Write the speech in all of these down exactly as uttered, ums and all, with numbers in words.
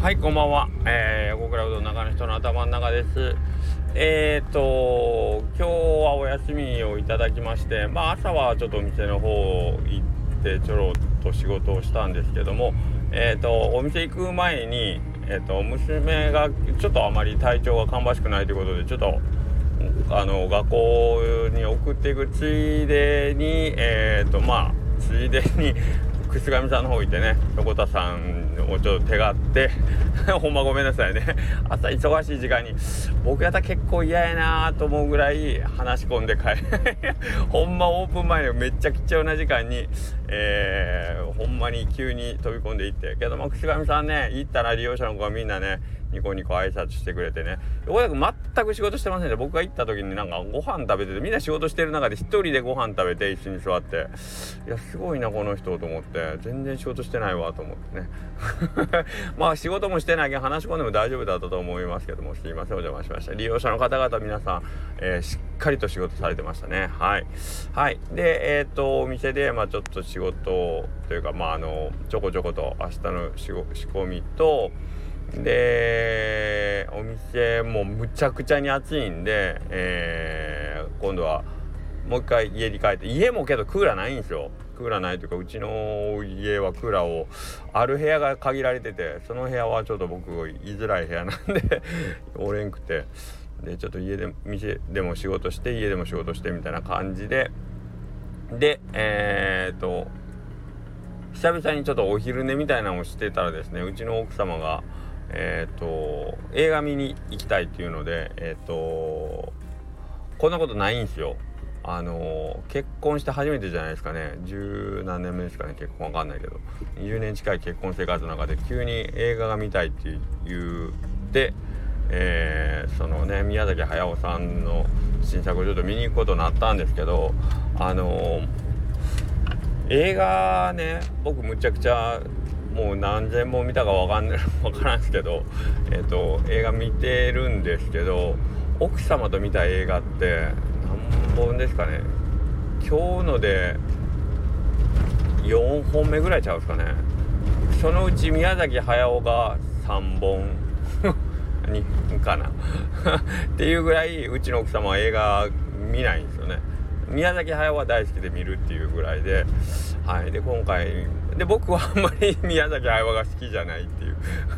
はい、こんばんは。えー、横倉うどん中の人の頭の中です。えーと今日はお休みをいただきまして、まあ朝はちょっとお店の方行ってちょろっと仕事をしたんですけども、えーとお店行く前に、えーと娘がちょっとあまり体調が芳しくないということで、ちょっとあの学校に送っていくついでに、えーとまあついでに楠上さんの方行ってね、横田さんをちょっと手があってほんまごめんなさいね、朝忙しい時間に僕やったら結構嫌やなと思うぐらい話し込んで帰るほんまオープン前のめっちゃ貴重な時間に、えー、ほんまに急に飛び込んでいってけども、楠上さんね、行ったら利用者の子がみんなねニコニコ挨拶してくれてね、横田君全く仕事してませんで、僕が行った時になんかご飯食べてて、みんな仕事してる中で一人でご飯食べて一緒に座って、いやすごいなこの人と思って、全然仕事してないわと思ってねまあ仕事もしてないけど話し込んでも大丈夫だったと思いますけども、すいませんお邪魔しました。利用者の方々皆さん、えー、しっかりと仕事されてましたね。はいはいでえっ、ー、とお店でまあちょっと仕事というか、まああのちょこちょこと明日の仕込みとでお店もむちゃくちゃに暑いんで、えー、今度はもう一回家に帰って、家もけどクーラーないんですよ。クーラーないというか、うちの家はクーラーをある部屋が限られてて、その部屋はちょっと僕居づらい部屋なんでおれんくて、でちょっと家で店でも仕事して家でも仕事してみたいな感じで、でえー、っと久々にちょっとお昼寝みたいなのをしてたらですね、うちの奥様がえー、と映画見に行きたいっていうので、えー、とこんなことないんですよ。あのー、結婚して初めてじゃないですかね。十何年目ですかね、結婚わかんないけどにじゅうねん近い結婚生活の中で急に映画が見たいって言って、えー、そのね宮崎駿さんの新作をちょっと見に行くことになったんですけど、あのー、映画ね、僕むちゃくちゃもう何千本見たかわかんないわからんすけど、えっと映画見てるんですけど、奥様と見た映画って何本ですかね。今日のでよんほんめぐらいちゃうんですかね。そのうち宮崎駿がさんぼんにかなっていうぐらいうちの奥様は映画見ないんですよね。宮崎駿は大好きで見るっていうぐらいで、はい、で今回で僕はあんまり宮崎駿が好きじゃないっていう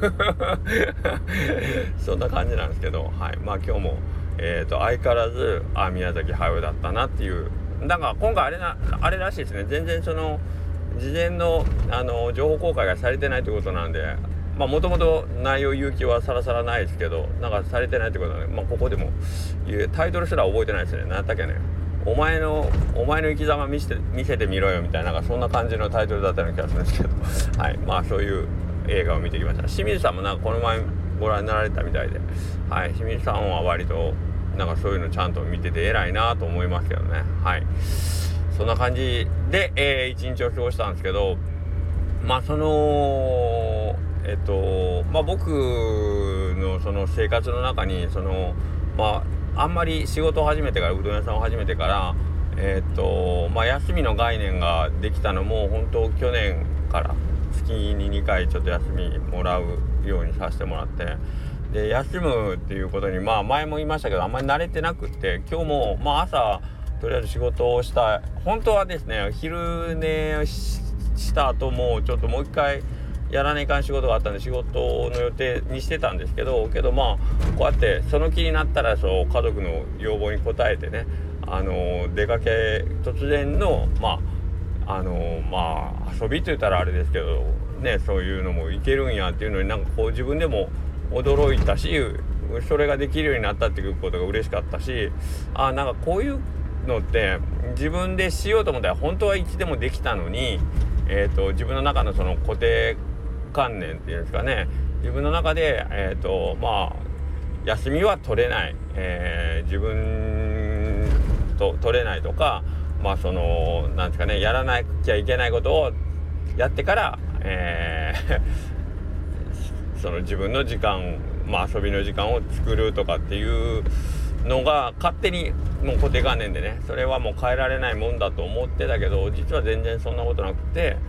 そんな感じなんですけど、はい、まあ今日も、えー、と相変わらずあ宮崎駿だったなっていう。だから今回あれなあれらしいですね。全然その事前のあの情報公開がされてないということなんで、まあもともと内容勇気はさらさらないですけど、なんかされてないってことなんで、まあここでもタイトルすら覚えてないですね。何だったっけね。お前のお前の生き様見せて見せてみろよみたいな、なんかそんな感じのタイトルだったような気がするんですけどはい、まあそういう映画を見てきました。清水さんもなんかこの前ご覧になられたみたいで、はい、清水さんは割となんかそういうのちゃんと見てて偉いなと思いますけどね。はい、そんな感じで、えー、一日を過ごしたんですけど、まあそのえっとまあ僕のその生活の中にそのまああんまり仕事を始めてから、うどん屋さんを始めてからえー、っとまあ休みの概念ができたのも本当去年から月ににかいちょっと休みもらうようにさせてもらって、で休むっていうことにまあ前も言いましたけどあんまり慣れてなくって、今日もまあ朝とりあえず仕事をした、本当はですね昼寝した後もちょっともう一回やらないかん仕事があったんで仕事の予定にしてたんですけど、けどまあこうやってその気になったらそう家族の要望に応えてね、あの出かけ突然のまああのまあ遊びって言ったらあれですけどね、そういうのもいけるんやっていうのになんかこう自分でも驚いたし、それができるようになったっていうことが嬉しかったし、あなんかこういうのって自分でしようと思ったら本当はいつでもできたのに、えーと自分の中のその固定観念っていうんですかね、自分の中で、えーとまあ、休みは取れない、えー、自分と取れないとか、まあそのなんですかね、やらなきゃいけないことをやってから、えー、その自分の時間、まあ、遊びの時間を作るとかっていうのが勝手にもう固定観念でね、それはもう変えられないもんだと思ってたけど、実は全然そんなことなくて、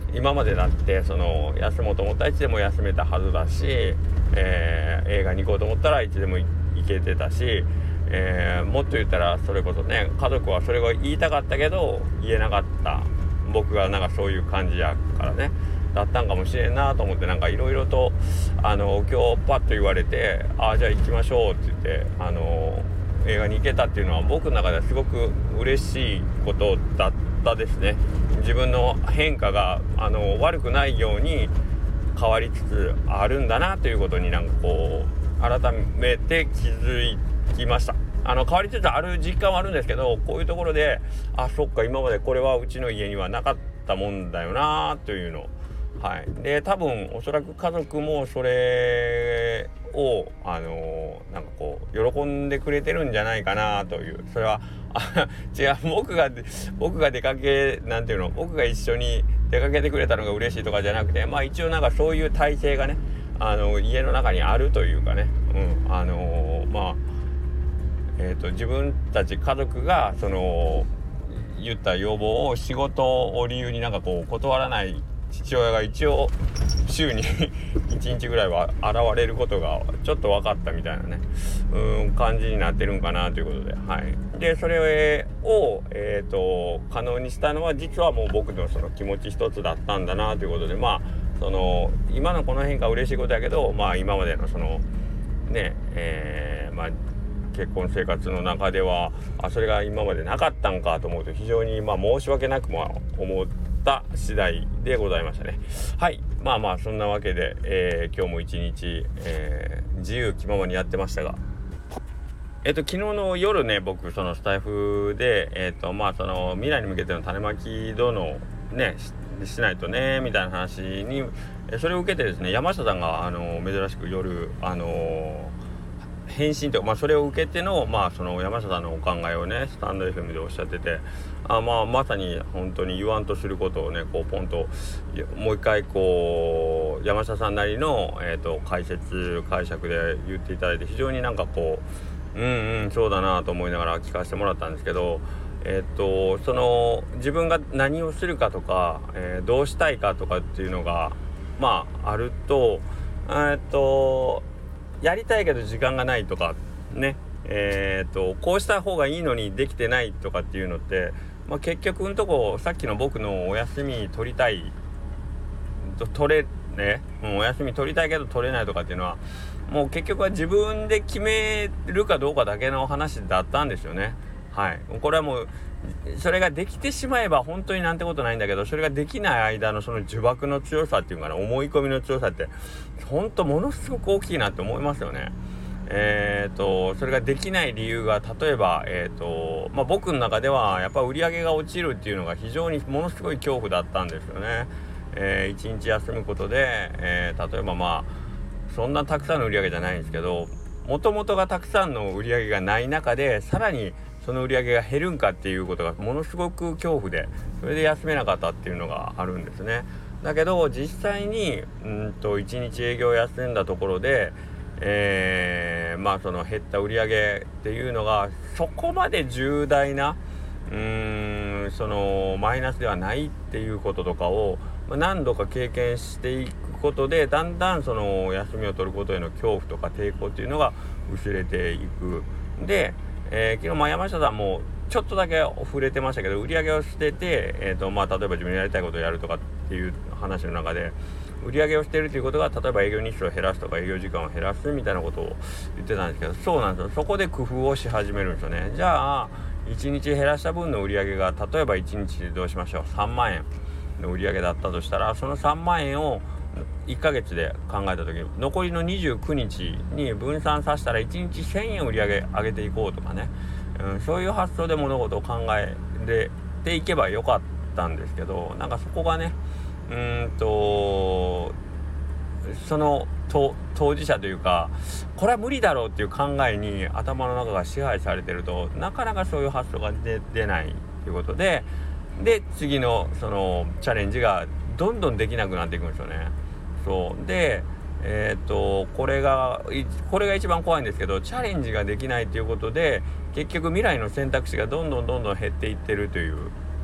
今までだってその休もうと思ったらいつでも休めたはずだし、えー、映画に行こうと思ったらいつでも行けてたし、えー、もっと言ったらそれこそね、家族はそれを言いたかったけど言えなかった、僕がなんかそういう感じやからね、だったんかもしれんなと思って、なんかいろいろとあの今日パッと言われて、ああじゃあ行きましょうって言ってあの映画に行けたっていうのは僕の中ではすごく嬉しいことだったですね。自分の変化があの悪くないように変わりつつあるんだなということになんかこう改めて気づきました。あの変わりつつある実感はあるんですけど、こういうところであそっか今までこれはうちの家にはなかったもんだよなというの、はい、で多分おそらく家族もそれをあのー、なんかこう喜んでくれてるんじゃないかなという、それはあ違う僕が僕が出かけなんていうの僕が一緒に出かけてくれたのが嬉しいとかじゃなくて、まあ一応なんかそういう体制がねあの家の中にあるというかね、うん、あのー、まあえーと自分たち家族がその言った要望を仕事を理由になんかこう断らない父親が一応週にいちにちぐらいは現れることがちょっと分かったみたいなねうん感じになってるんかなということで、はい、でそれを、えーと可能にしたのは実はもう僕のその気持ち一つだったんだなということで、まあその今のこの変化は嬉しいことやけど、まあ今までのそのねえー、まあ結婚生活の中ではあそれが今までなかったんかと思うと非常にまあ申し訳なくも思った次第でございましたね。はい、まあまあそんなわけで、えー、今日も一日、えー、自由気ままにやってましたが、えっと昨日の夜ね僕そのスタイフでえっとまあその未来に向けての種まきどのね し, しないとねみたいな話にそれを受けてですね、山下さんがあの珍しく夜あの返信というか、まあ、それを受けての、まあ、その山下さんのお考えをねスタンド エフエム でおっしゃってて、あ、まあ、まさに本当に言わんとすることをねこうポンともう一回こう山下さんなりの、えーと、解説解釈で言っていただいて、非常になんかこううんうんそうだなと思いながら聞かせてもらったんですけど、えーと、その自分が何をするかとか、えー、どうしたいかとかっていうのがまああるとえーとやりたいけど時間がないとかね、えーとこうした方がいいのにできてないとかっていうのって、まあ、結局のとこさっきの僕のお休み取りたいと取れね、うん、お休み取りたいけど取れないとかっていうのはもう結局は自分で決めるかどうかだけの話だったんですよね。はい、これはもうそれができてしまえば本当になんてことないんだけど、それができない間のその呪縛の強さっていうかな、思い込みの強さって本当ものすごく大きいなって思いますよね。えーとそれができない理由が例えば、えーとまあ、僕の中ではやっぱ売り上げが落ちるっていうのが非常にものすごい恐怖だったんですよね。えー、いちにち休むことで、えー、例えばまあそんなたくさんの売り上げじゃないんですけど、もともとがたくさんの売り上げがない中でさらにその売り上げが減るんかっていうことがものすごく恐怖で、それで休めなかったっていうのがあるんですね。だけど実際にうんといちにち営業を休んだところで、えー、まあその減った売り上げっていうのがそこまで重大なうーんそのマイナスではないっていうこととかを何度か経験していくことで、だんだんその休みを取ることへの恐怖とか抵抗っていうのが薄れていく。でえー、昨日まあ山下さんもちょっとだけ触れてましたけど、売り上げをしてて、えーとまあ、例えば自分のやりたいことをやるとかっていう話の中で売り上げをしているということが例えば営業日数を減らすとか営業時間を減らすみたいなことを言ってたんですけど、そうなんですよ。そこで工夫をし始めるんですよね。じゃあいちにち減らした分の売り上げが例えばいちにちでどうしましょうさんまんえんの売り上げだったとしたら、そのさんまんえんをいっかげつで考えた時に残りのにじゅうくにちに分散させたらいちにちせんえん売り上げ上げていこうとかね、うん、そういう発想で物事を考えていけばよかったんですけど、なんかそこがねうーんとその当事者というかこれは無理だろうっていう考えに頭の中が支配されてるとなかなかそういう発想が出、出ないということでで次のそのチャレンジがどんどんできなくなっていくんですよね。そうでえー、とこれがこれが一番怖いんですけど、チャレンジができないということで結局未来の選択肢がどんどんどんどん減っていってるという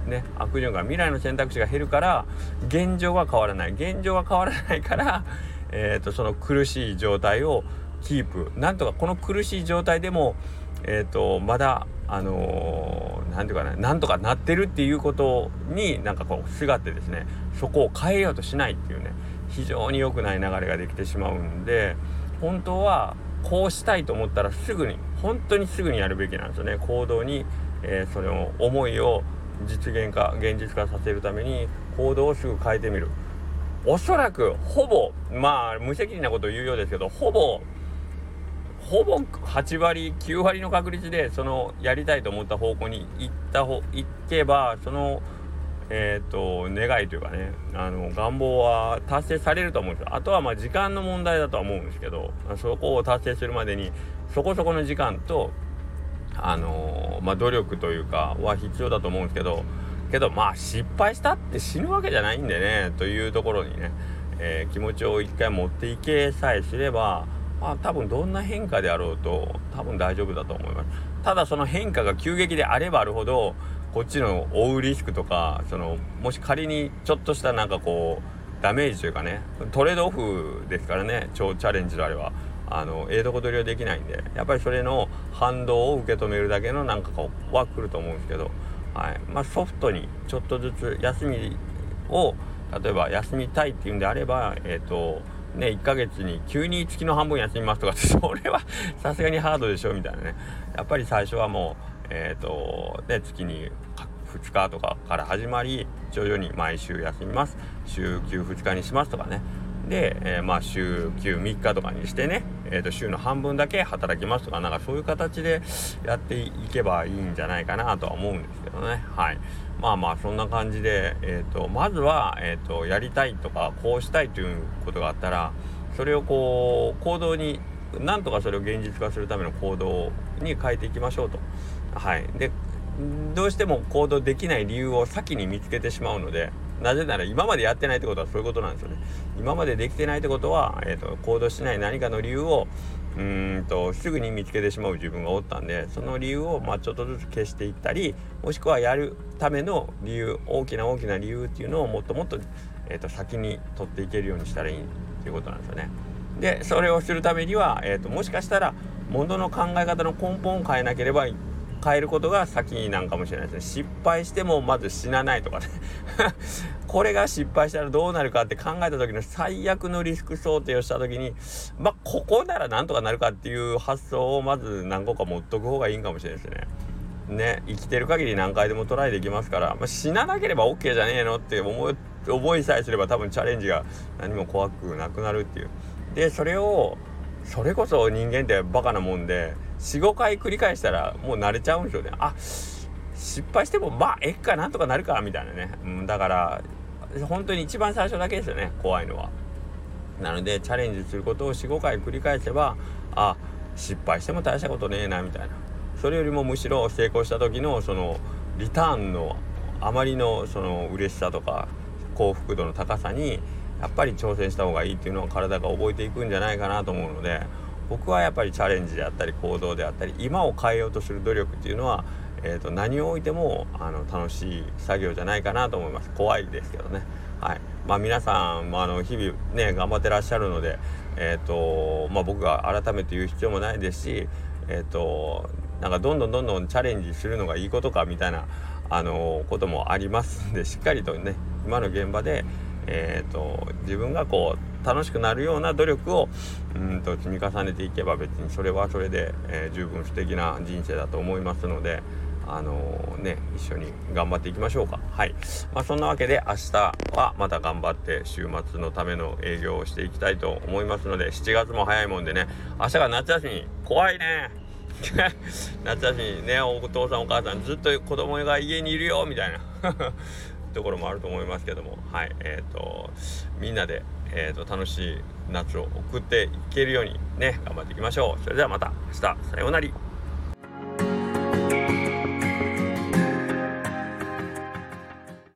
ね、悪循環、未来の選択肢が減るから現状が変わらない現状が変わらないから、えーと、その苦しい状態をキープ、なんとかこの苦しい状態でも、えーと、まだあのー、なんていうかな、なんとかなってるっていうことになんかこうすがってですね、そこを変えようとしないっていうね、非常に良くない流れができてしまうんで、本当はこうしたいと思ったらすぐに、本当にすぐにやるべきなんですよね。行動に、えー、それを思いを実現化現実化させるために行動をすぐ変えてみる。おそらくほぼ、まあ無責任なことを言うようですけど、ほぼほぼはちわりきゅうわりの確率でそのやりたいと思った方向に行った方行けば、そのえーと願いというかね、あの願望は達成されると思うんですよ。あとはまあ時間の問題だとは思うんですけど、そこを達成するまでにそこそこの時間とあのー、まあ努力というかは必要だと思うんですけどけどまあ失敗したって死ぬわけじゃないんでね、というところにね、えー、気持ちを一回持っていけさえすれば、まあ多分どんな変化であろうと多分大丈夫だと思います。ただその変化が急激であればあるほど、こっちの負うリスクとか、そのもし仮にちょっとしたなんかこうダメージというかね、トレードオフですからね、超チャレンジであればあのええとこ取りはできないんで、やっぱりそれの反動を受け止めるだけのなんかこうは来ると思うんですけど、はい、まあソフトにちょっとずつ休みを、例えば休みたいっていうんであれば、えっとね、いっかげつに急に月の半分休みますとかって、それはさすがにハードでしょみたいなね。やっぱり最初はもうえっとね、月にふつかとかから始まり、徐々に毎週休みます、週きゅうふつかにしますとかね。で、えー、まあ週きゅうみっかとかにしてね、えーと週の半分だけ働きますとか、なんかそういう形でやっていけばいいんじゃないかなとは思うんですけどね。はい。まあまあそんな感じで、えーとまずは、えーとやりたいとかこうしたいということがあったら、それをこう行動に、なんとかそれを現実化するための行動に変えていきましょうと。はい。で、どうしても行動できない理由を先に見つけてしまうので、なぜなら今までやってないってことはそういうことなんですよね。今までできてないってことは、えーと、行動しない何かの理由をうーんとすぐに見つけてしまう自分がおったんで、その理由をまあちょっとずつ消していったり、もしくはやるための理由、大きな大きな理由っていうのをもっともっと、えーと先に取っていけるようにしたらいいっていうことなんですよね。で、それをするためには、えーともしかしたら物の考え方の根本を変えなければ変えることが先なんかもしれないですね。失敗してもまず死なないとかねこれが失敗したらどうなるかって考えた時の最悪のリスク想定をした時に、まあここならなんとかなるかっていう発想をまず何個か持っとく方がいいんかもしれないですね。ね、生きてる限り何回でもトライできますから、まあ、死ななければ OK じゃねえのって思い、思いさえすれば多分チャレンジが何も怖くなくなるっていう。でそれをそれこそ人間ってバカなもんで よん,ご 回繰り返したらもう慣れちゃうんですよね。あ、失敗してもまあえっかなんとかなるかみたいなね、うん、だから本当に一番最初だけですよね、怖いのは。なのでチャレンジすることを よん,ご 回繰り返せば、あ、失敗しても大したことねえなみたいな、それよりもむしろ成功した時のそのリターンのあまりのその嬉しさとか幸福度の高さにやっぱり挑戦した方がいいっていうのを体が覚えていくんじゃないかなと思うので、僕はやっぱりチャレンジであったり行動であったり今を変えようとする努力っていうのは、えーと、何を置いてもあの楽しい作業じゃないかなと思います。怖いですけどね。はい。まあ皆さん、まあ、あの日々ね頑張ってらっしゃるので、えーとまあ、僕が改めて言う必要もないですし、えーとなんかどんどんどんどんチャレンジするのがいいことかみたいなあのこともありますんで、しっかりとね今の現場でえーと自分がこう楽しくなるような努力をうんと積み重ねていけば、別にそれはそれで、えー、十分素敵な人生だと思いますので、あのー、ね一緒に頑張っていきましょうか。はい。まあそんなわけで明日はまた頑張って週末のための営業をしていきたいと思いますので、しちがつも早いもんでね、明日が夏休み怖いね夏休みね、お父さんお母さんずっと子供が家にいるよみたいなところもあると思いますけども、はい、えーとみんなで、えーと楽しい夏を送っていけるようにね頑張っていきましょう。それではまた明日、さようなら。